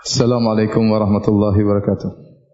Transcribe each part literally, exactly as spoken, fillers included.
Assalamualaikum warahmatullahi wabarakatuh.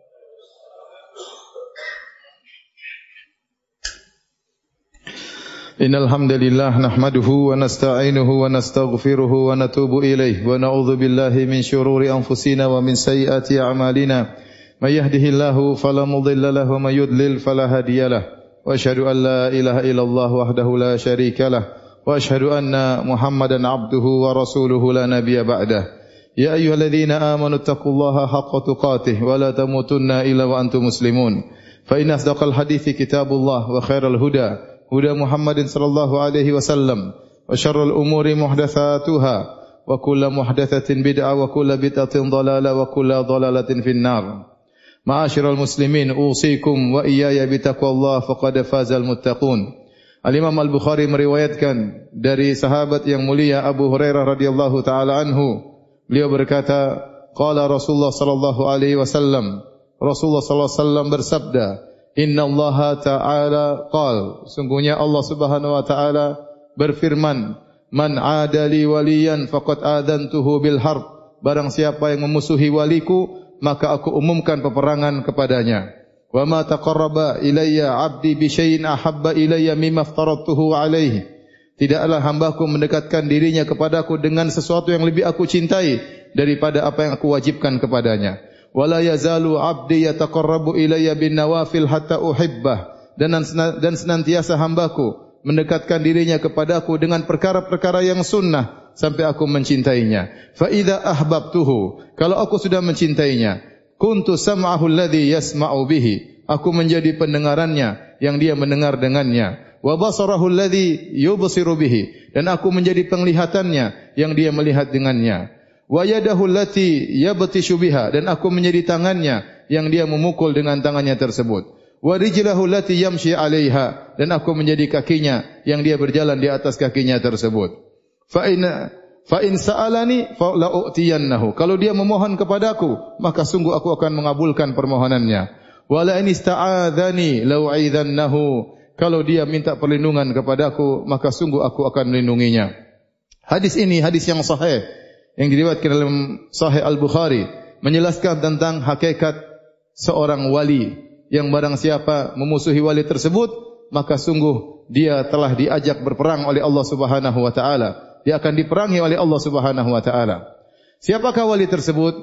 Innal hamdalillah nahmaduhu wa nasta'inuhu wa nastaghfiruhu wa natubu ilayh wa na'udzu billahi min shururi anfusina wa min sayyiati a'malina. May yahdihillahu fala mudilla lahu wa may yudlil fala hadiyalah. Wa asyhadu an la ilaha illallah wahdahu la syarika lah wa asyhadu anna Muhammadan abduhu wa rasuluhu la nabiyya ba'dah. Ya ayyuhalladzina amanu taqullaha haqqa tuqatih wa la tamutunna illa wa antum muslimun. Fa inna asdaqal hadithi kitabullah wa khairal huda huda Muhammadin sallallahu alaihi wasallam wa syarrul umuri muhdatsatuha wa kullu muhdatsatin bid'ah wa kullu bid'atin dhalalah wa kullu dhalalatin finnar. Ma'asyiral muslimin, usikum wa iyaya bitaqwallah faqad fazal muttaqun. Al-Imam Al-Bukhari meriwayatkan dari sahabat yang mulia Abu Hurairah radhiyallahu taala anhu. Beliau berkata, qala Rasulullah sallallahu alaihi wasallam, Rasulullah sallallahu alaihi wasallam bersabda, innallaha ta'ala qala, sungguhnya Allah Subhanahu wa taala berfirman, man 'adali waliyan faqad adantuhu bil harb, barang siapa yang memusuhi waliku maka aku umumkan peperangan kepadanya. Wa ma taqarraba ilayya 'abdi bi syai'in ahabba ilayya mimma aftaradtuhu alaihi, tidaklah hambaku mendekatkan dirinya kepadaku dengan sesuatu yang lebih aku cintai daripada apa yang aku wajibkan kepadanya. Wala yazalu 'abdi yataqarrabu ilayya bin nawafil hatta uhibbah, dan dan senantiasa hambaku mendekatkan dirinya kepadaku dengan perkara-perkara yang sunnah sampai aku mencintainya. Fa idza ahbabtuhu, kalau aku sudah mencintainya, kuntu sam'ahu alladhi yasma'u bihi, aku menjadi pendengarannya yang dia mendengar dengannya. Wa basarahu alladhi yubsiru bihi, dan aku menjadi penglihatannya yang dia melihat dengannya. Wa yadahu allati yabtishu biha, dan aku menjadi tangannya yang dia memukul dengan tangannya tersebut. Wa rijlahu allati yamshi 'alaiha, dan aku menjadi kakinya yang dia berjalan di atas kakinya tersebut. Fa in fa in sa'alani fa la u'tiyannahu, kalau dia memohon kepadaku maka sungguh aku akan mengabulkan permohonannya. Wa la in ista'adzani la u'idhannahu, kalau dia minta perlindungan kepadaku, maka sungguh aku akan melindunginya. Hadis ini hadis yang sahih yang diriwayatkan dalam Sahih Al-Bukhari, menjelaskan tentang hakikat seorang wali, yang barang siapa memusuhi wali tersebut, maka sungguh dia telah diajak berperang oleh Allah Subhanahu wa taala. Dia akan diperangi oleh Allah Subhanahu wa taala. Siapakah wali tersebut?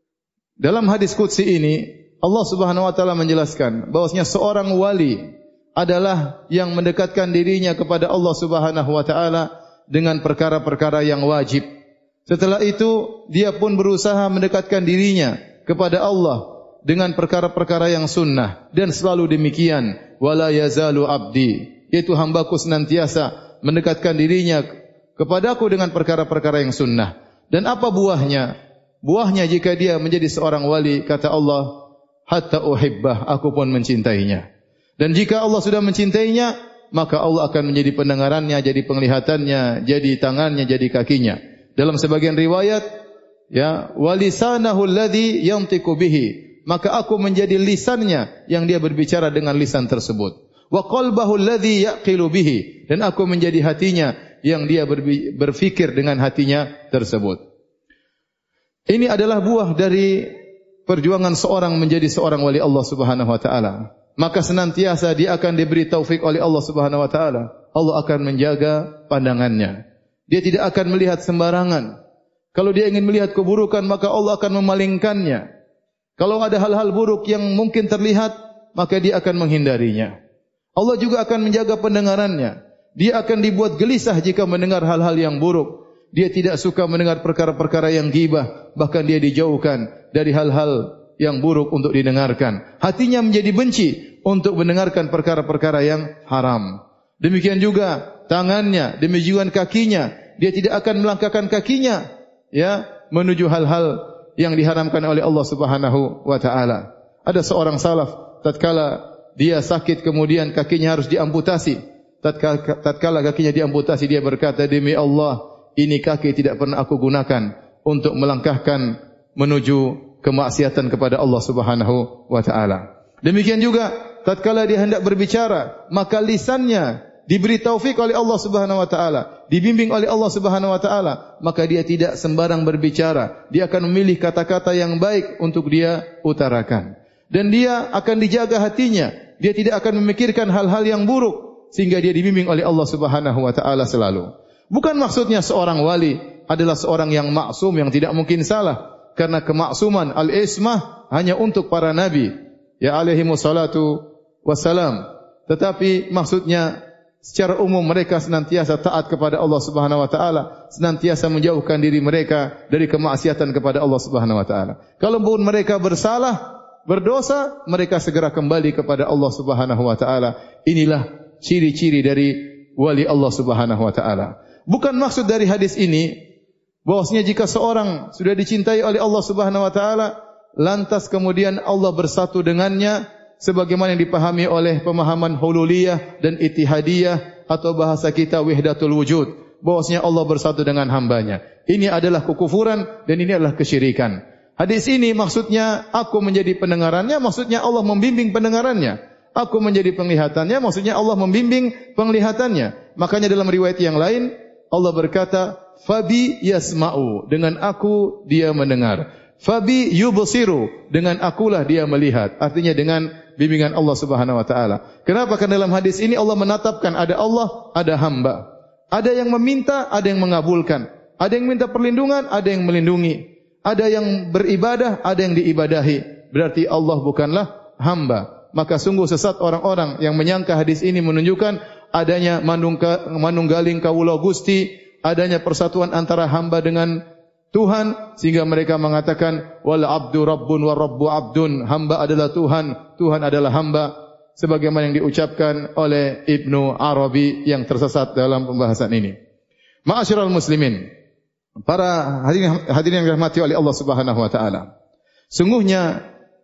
Dalam hadis qudsi ini Allah Subhanahu wa taala menjelaskan bahwasanya seorang wali adalah yang mendekatkan dirinya kepada Allah Subhanahu wa taala dengan perkara-perkara yang wajib. Setelah itu dia pun berusaha mendekatkan dirinya kepada Allah dengan perkara-perkara yang sunnah, dan selalu demikian, wala yazalu abdi, yaitu hambaku senantiasa mendekatkan dirinya kepadaku dengan perkara-perkara yang sunnah. Dan apa buahnya? Buahnya jika dia menjadi seorang wali, kata Allah, hatta uhibbah, aku pun mencintainya. Dan jika Allah sudah mencintainya, maka Allah akan menjadi pendengarannya, jadi penglihatannya, jadi tangannya, jadi kakinya. Dalam sebagian riwayat, ya, walisanahu alladhi yantiqu bihi, maka aku menjadi lisannya yang dia berbicara dengan lisan tersebut. Wa qalbahu alladhi yaqilu bihi, dan aku menjadi hatinya yang dia berfikir dengan hatinya tersebut. Ini adalah buah dari perjuangan seorang menjadi seorang wali Allah Subhanahu wa taala. Maka senantiasa dia akan diberi taufik oleh Allah Subhanahu wa taala. Allah akan menjaga pandangannya. Dia tidak akan melihat sembarangan. Kalau dia ingin melihat keburukan, maka Allah akan memalingkannya. Kalau ada hal-hal buruk yang mungkin terlihat, maka dia akan menghindarinya. Allah juga akan menjaga pendengarannya. Dia akan dibuat gelisah jika mendengar hal-hal yang buruk. Dia tidak suka mendengar perkara-perkara yang ghibah, bahkan dia dijauhkan dari hal-hal yang buruk untuk didengarkan. Hatinya menjadi benci untuk mendengarkan perkara-perkara yang haram. Demikian juga tangannya, demikian kakinya, dia tidak akan melangkahkan kakinya ya menuju hal-hal yang diharamkan oleh Allah Subhanahu wa taala. Ada seorang salaf, tatkala dia sakit kemudian kakinya harus diamputasi. Tatkala, tatkala kakinya diamputasi, dia berkata, demi Allah, ini kaki tidak pernah aku gunakan untuk melangkahkan menuju kemaksiatan kepada Allah Subhanahu wa taala. Demikian juga tatkala dia hendak berbicara, maka lisannya diberi taufik oleh Allah Subhanahu wa taala, dibimbing oleh Allah Subhanahu wa taala, maka dia tidak sembarang berbicara. Dia akan memilih kata-kata yang baik untuk dia utarakan. Dan dia akan dijaga hatinya. Dia tidak akan memikirkan hal-hal yang buruk sehingga dia dibimbing oleh Allah Subhanahu wa taala selalu. Bukan maksudnya seorang wali adalah seorang yang maksum yang tidak mungkin salah, karena kemaksuman al-ismah hanya untuk para nabi ya alaihi wassalatu wassalam. Tetapi maksudnya secara umum mereka senantiasa taat kepada Allah Subhanahu wa taala, senantiasa menjauhkan diri mereka dari kemaksiatan kepada Allah Subhanahu wa taala. Kalaupun mereka bersalah, berdosa, mereka segera kembali kepada Allah Subhanahu wa taala. Inilah ciri-ciri dari wali Allah Subhanahu wa taala. Bukan maksud dari hadis ini bahwasanya jika seorang sudah dicintai oleh Allah Subhanahu wa taala, lantas kemudian Allah bersatu dengannya sebagaimana yang dipahami oleh pemahaman hululiyah dan ittihadiyah atau bahasa kita wahdatul wujud, bahwasanya Allah bersatu dengan hambanya. Ini adalah kekufuran dan ini adalah kesyirikan. Hadis ini maksudnya aku menjadi pendengarannya, maksudnya Allah membimbing pendengarannya. Aku menjadi penglihatannya, maksudnya Allah membimbing penglihatannya. Makanya dalam riwayat yang lain Allah berkata, "Fabi yasma'u," dengan aku dia mendengar. "Fabi yubsiru," dengan akulah dia melihat. Artinya dengan bimbingan Allah Subhanahu wa taala. Kenapa? Karena dalam hadis ini Allah menetapkan ada Allah, ada hamba. Ada yang meminta, ada yang mengabulkan. Ada yang minta perlindungan, ada yang melindungi. Ada yang beribadah, ada yang diibadahi. Berarti Allah bukanlah hamba. Maka sungguh sesat orang-orang yang menyangka hadis ini menunjukkan adanya manunggaling kawula Gusti, adanya persatuan antara hamba dengan Tuhan, sehingga mereka mengatakan wal abdu rabbun wa rabbu abdun, hamba adalah Tuhan, Tuhan adalah hamba, sebagaimana yang diucapkan oleh Ibnu Arabi yang tersesat dalam pembahasan ini. Ma'asyiral muslimin, para hadirin hadirin yang dirahmati oleh Allah Subhanahu wa taala. Sungguhnya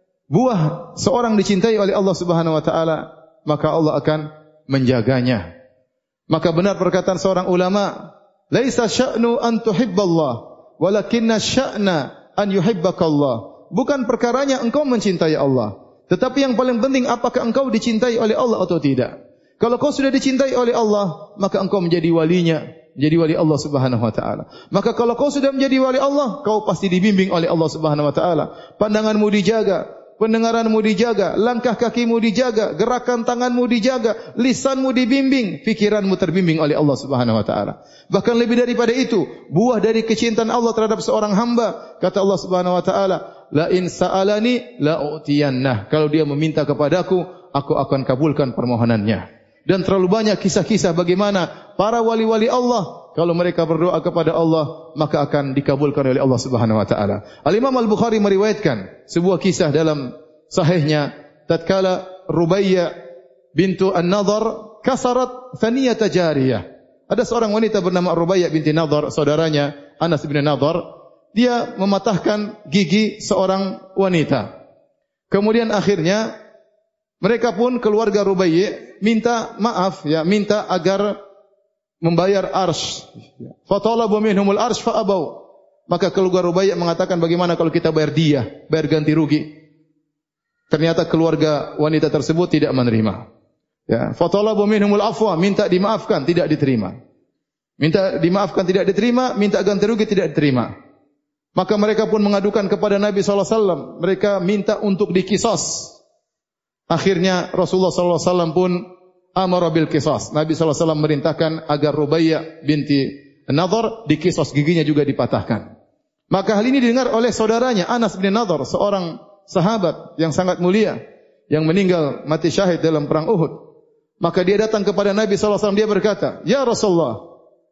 buah seorang dicintai oleh Allah Subhanahu wa taala, maka Allah akan menjaganya. Maka benar perkataan seorang ulama, laisa sya'nu an tuhibballah walakinna sya'na an yuhibbakallah. Bukan perkaranya engkau mencintai Allah, tetapi yang paling penting apakah engkau dicintai oleh Allah atau tidak. Kalau kau sudah dicintai oleh Allah, maka engkau menjadi walinya, menjadi wali Allah Subhanahu wa taala. Maka kalau kau sudah menjadi wali Allah, kau pasti dibimbing oleh Allah Subhanahu wa taala. Pandanganmu dijaga, pendengaranmu dijaga, langkah kakimu dijaga, gerakan tanganmu dijaga, lisanmu dibimbing, pikiranmu terbimbing oleh Allah Subhanahu wa taala. Bahkan lebih daripada itu, buah dari kecintaan Allah terhadap seorang hamba, kata Allah Subhanahu wa taala, la in sa'alani la u'tiyannah. Kalau dia meminta kepadaku, aku akan kabulkan permohonannya. Dan terlalu banyak kisah-kisah bagaimana para wali-wali Allah kalau mereka berdoa kepada Allah maka akan dikabulkan oleh Allah Subhanahu wa taala. Al-Imam Al-Bukhari meriwayatkan sebuah kisah dalam sahihnya tatkala Rubaiyah bintu An-Nadhr kasarat thaniyata jariyah. Ada seorang wanita bernama Rubaiyah binti Nadhr, saudaranya Anas bin Nadhr, dia mematahkan gigi seorang wanita. Kemudian akhirnya mereka pun keluarga Rubaiyah minta maaf, ya, minta agar membayar arsh. Fatalabu minhumul arsh fa'abau. Maka keluarga Rubaiyah mengatakan, bagaimana kalau kita bayar dia, bayar ganti rugi? Ternyata keluarga wanita tersebut tidak menerima. Ya, fatalabu minhumul afwa, minta dimaafkan, tidak diterima. Minta dimaafkan tidak diterima, minta ganti rugi tidak diterima. Maka mereka pun mengadukan kepada Nabi sallallahu alaihi wasallam. Mereka minta untuk dikisos. Akhirnya Rasulullah sallallahu alaihi wasallam pun amara bil qisas. Nabi sallallahu alaihi wasallam merintahkan agar Rubaiyah binti Nadhr dikisos, giginya juga dipatahkan. Maka hal ini didengar oleh saudaranya Anas bin Nadhr, seorang sahabat yang sangat mulia yang meninggal mati syahid dalam perang Uhud. Maka dia datang kepada Nabi sallallahu alaihi wasallam, dia berkata, "Ya Rasulullah,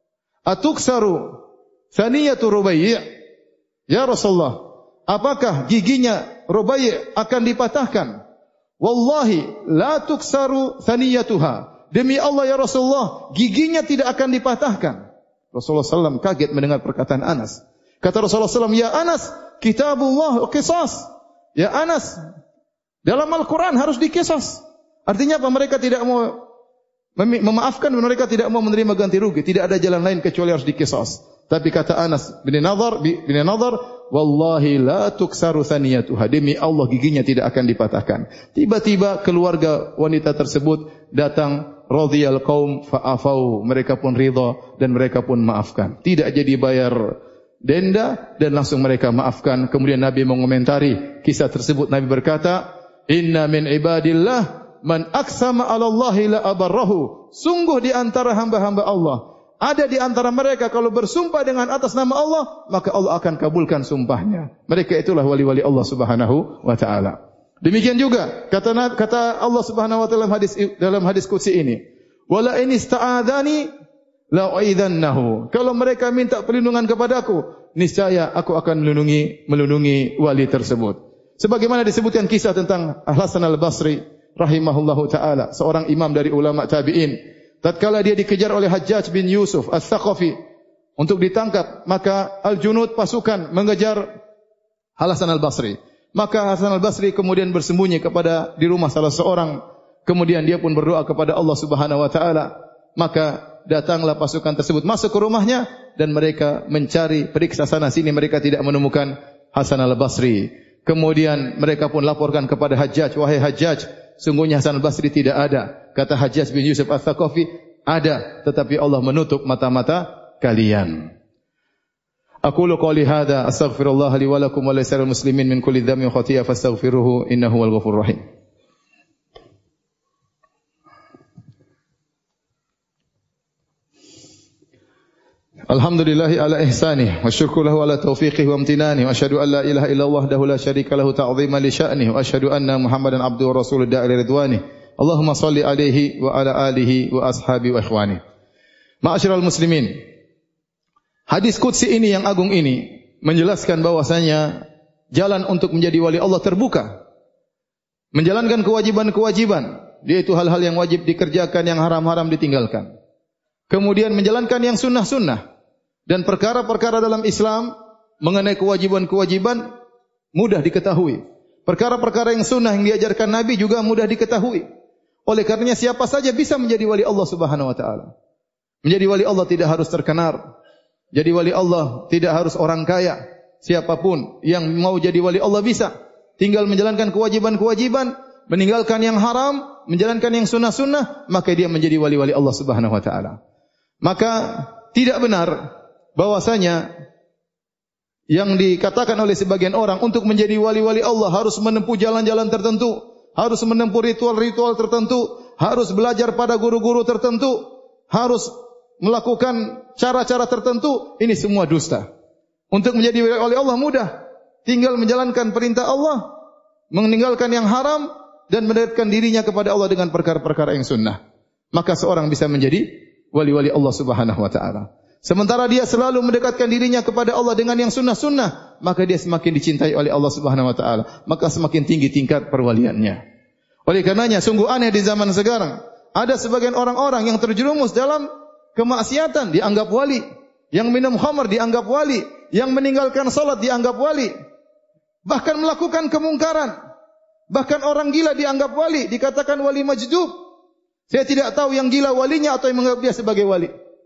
atuksaru thaniyatu Rubaiyah?" Ya Rasulullah, apakah giginya Rubaiyah akan dipatahkan? Wallahi la tuksaru thaniyatuha. Demi Allah ya Rasulullah, giginya tidak akan dipatahkan. Rasulullah sallallahu alaihi wasallam kaget mendengar perkataan Anas. Kata Rasulullah sallallahu alaihi wasallam, ya Anas, kitabullah qisas. Ya Anas, dalam Al-Quran harus dikisas. Artinya apa? Mereka tidak mau memaafkan, mereka tidak mau menerima ganti rugi. Tidak ada jalan lain kecuali harus dikisas. Tapi kata Anas bin Nadhr, bin Nadhr, wallahi la tuksaru thaniyatuha, demi Allah giginya tidak akan dipatahkan. Tiba-tiba keluarga wanita tersebut datang, radhiyal qaum fa'afau, mereka pun ridha dan mereka pun maafkan. Tidak jadi bayar denda dan langsung mereka maafkan. Kemudian Nabi mengomentari kisah tersebut. Nabi berkata, inna min ibadillah man aqsama 'ala Allahi la abarrahu. Sungguh di antara hamba-hamba Allah ada di antara mereka kalau bersumpah dengan atas nama Allah, maka Allah akan kabulkan sumpahnya. Mereka itulah wali-wali Allah Subhanahu wa taala. Demikian juga kata kata Allah Subhanahu wa taala dalam hadis dalam hadis qudsi ini, wala in ista'adzani la uidzannahu. Kalau mereka minta perlindungan kepadaku, niscaya aku akan melindungi melindungi wali tersebut. Sebagaimana disebutkan kisah tentang Hasan al-Basri rahimahullahu taala, seorang imam dari ulama tabi'in. Tatkala dia dikejar oleh Hajjaj bin Yusuf Ats-Tsaqafi untuk ditangkap, maka al-junud pasukan mengejar Hasan al-Basri. Maka Hasan al-Basri kemudian bersembunyi kepada di rumah salah seorang. Kemudian dia pun berdoa kepada Allah Subhanahu wa taala. Maka datanglah pasukan tersebut masuk ke rumahnya dan mereka mencari, periksa sana sini, mereka tidak menemukan Hasan al-Basri. Kemudian mereka pun laporkan kepada Hajjaj, wahai Hajjaj, sungguhnya Hasan al-Basri tidak ada. Kata Hajjaj bin Yusuf Ats-Tsaqafi, ada, tetapi Allah menutup mata-mata kalian. Aqulu qouli hadza astaghfirullah li wa lakum wa lisa'iril muslimin min kulli dhanbin wa khati'ah fastaghfiruhu innahu huwal ghafurur rahim. Alhamdulillahi ala ihsanih wa syukru lahu ala taufiqihi wa amtinani wa asyhadu an la ilaha illallah wahdahu la syarika lahu ta'dhiman li sya'nihi wa asyhadu anna Muhammadan abduhu wa rasuluhu da'i ila ridwanihi. Allahumma salli alaihi wa ala alihi wa ashabi wa ikhwani. Ma'asyiral muslimin, hadis qudsi ini yang agung ini menjelaskan bahwasanya jalan untuk menjadi wali Allah terbuka. Menjalankan kewajiban-kewajiban, yaitu hal-hal yang wajib dikerjakan, yang haram-haram ditinggalkan. Kemudian menjalankan yang sunnah-sunnah. Dan perkara-perkara dalam Islam mengenai kewajiban-kewajiban mudah diketahui. Perkara-perkara yang sunnah yang diajarkan Nabi juga mudah diketahui. Oleh karenanya siapa saja bisa menjadi wali Allah Subhanahu wa taala. Menjadi wali Allah tidak harus terkenal. Jadi wali Allah tidak harus orang kaya. Siapapun yang mau jadi wali Allah bisa. Tinggal menjalankan kewajiban-kewajiban, meninggalkan yang haram, menjalankan yang sunnah-sunnah, maka dia menjadi wali-wali Allah Subhanahu wa taala. Maka tidak benar bahwasanya yang dikatakan oleh sebagian orang untuk menjadi wali-wali Allah harus menempuh jalan-jalan tertentu, harus menempuh ritual-ritual tertentu, harus belajar pada guru-guru tertentu, harus melakukan cara-cara tertentu. Ini semua dusta. Untuk menjadi wali Allah mudah. Tinggal menjalankan perintah Allah, meninggalkan yang haram, dan mendekatkan dirinya kepada Allah dengan perkara-perkara yang sunnah. Maka seorang bisa menjadi wali-wali Allah Subhanahu wa ta'ala. Sementara dia selalu mendekatkan dirinya kepada Allah dengan yang sunnah-sunnah, maka dia semakin dicintai oleh Allah Subhanahu wa ta'ala. Maka semakin tinggi tingkat perwaliannya. Oleh karenanya, sungguh aneh di zaman sekarang. Ada sebagian orang-orang yang terjerumus dalam kemaksiatan, dianggap wali. Yang minum khamar dianggap wali. Yang meninggalkan salat dianggap wali. Bahkan melakukan kemungkaran. Bahkan orang gila dianggap wali. Dikatakan wali majdub. Saya tidak tahu yang gila walinya atau yang menganggap dia sebagai wali.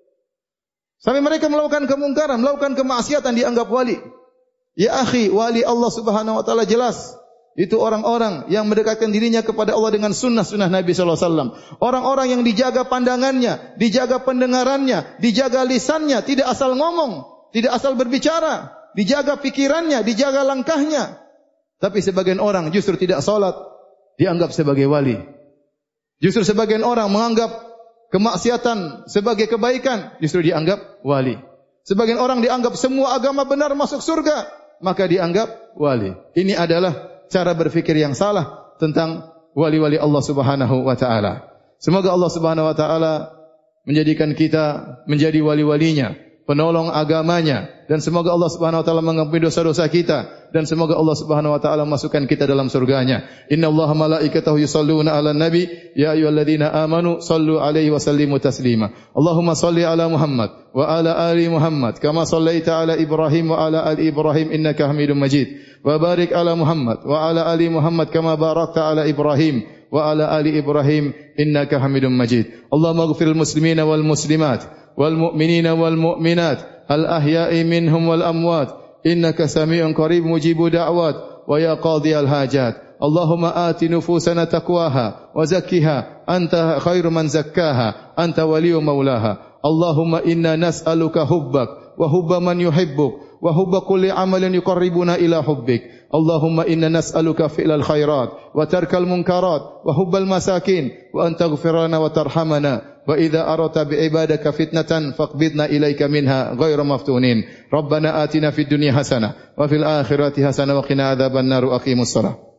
Sampai mereka melakukan kemungkaran, melakukan kemaksiatan dianggap wali. Ya akhi, wali Allah Subhanahu wa taala jelas. Itu orang-orang yang mendekatkan dirinya kepada Allah dengan sunnah-sunnah Nabi sallallahu alaihi wasallam. Orang-orang yang dijaga pandangannya, dijaga pendengarannya, dijaga lisannya, tidak asal ngomong, tidak asal berbicara, dijaga pikirannya, dijaga langkahnya. Tapi sebagian orang justru tidak salat, dianggap sebagai wali. Justru sebagian orang menganggap kemaksiatan sebagai kebaikan, justru dianggap wali. Sebagian orang dianggap semua agama benar masuk surga, maka dianggap wali. Ini adalah cara berfikir yang salah tentang wali-wali Allah Subhanahu wa taala. Semoga Allah Subhanahu wa taala menjadikan kita menjadi wali-walinya, penolong agamanya, dan semoga Allah Subhanahu wa taala mengampuni dosa-dosa kita, dan semoga Allah Subhanahu wa taala masukkan kita dalam surganya. Innallaha malaikatahu yusholluna 'alan nabi ya ayyuhalladzina amanu shallu 'alaihi wa sallimu taslima. Allahumma shalli 'ala Muhammad wa 'ala ali Muhammad kama shallaita 'ala Ibrahim wa 'ala ali Ibrahim innaka Hamidum Majid. Wa barik 'ala Muhammad wa 'ala ali Muhammad kama barakta 'ala Ibrahim wa 'ala ali Ibrahim innaka Hamidum Majid. Allahumma ighfiril muslimina wal muslimat wal mu'minina wal mu'minat al ahya'i minhum wal amwat innaka sami'un qarib mujibu da'wat wa ya qadhiyal hajat. Allahumma ati nufusana taqwaha wa zakkiha anta khairu man zakkaha anta waliyyu maulaha. Allahumma inna nas'aluka hubbak wa hubba man yuhibbuk wa hubba kulli amalin yuqarribuna ila hubbik. Allahumma inna nas'aluka fi'lal khairat wa tarkal munkarat wa hubbal masakin wa an taghfir lana wa tarhamana. Wa idza arata bi ibadaka fitnatan faqbidna ilaika minha ghairu maftunin. Rabbana atina fid dunya hasanah wa fil akhirati hasanah wa qina adzaban nar. Aqimus shalah.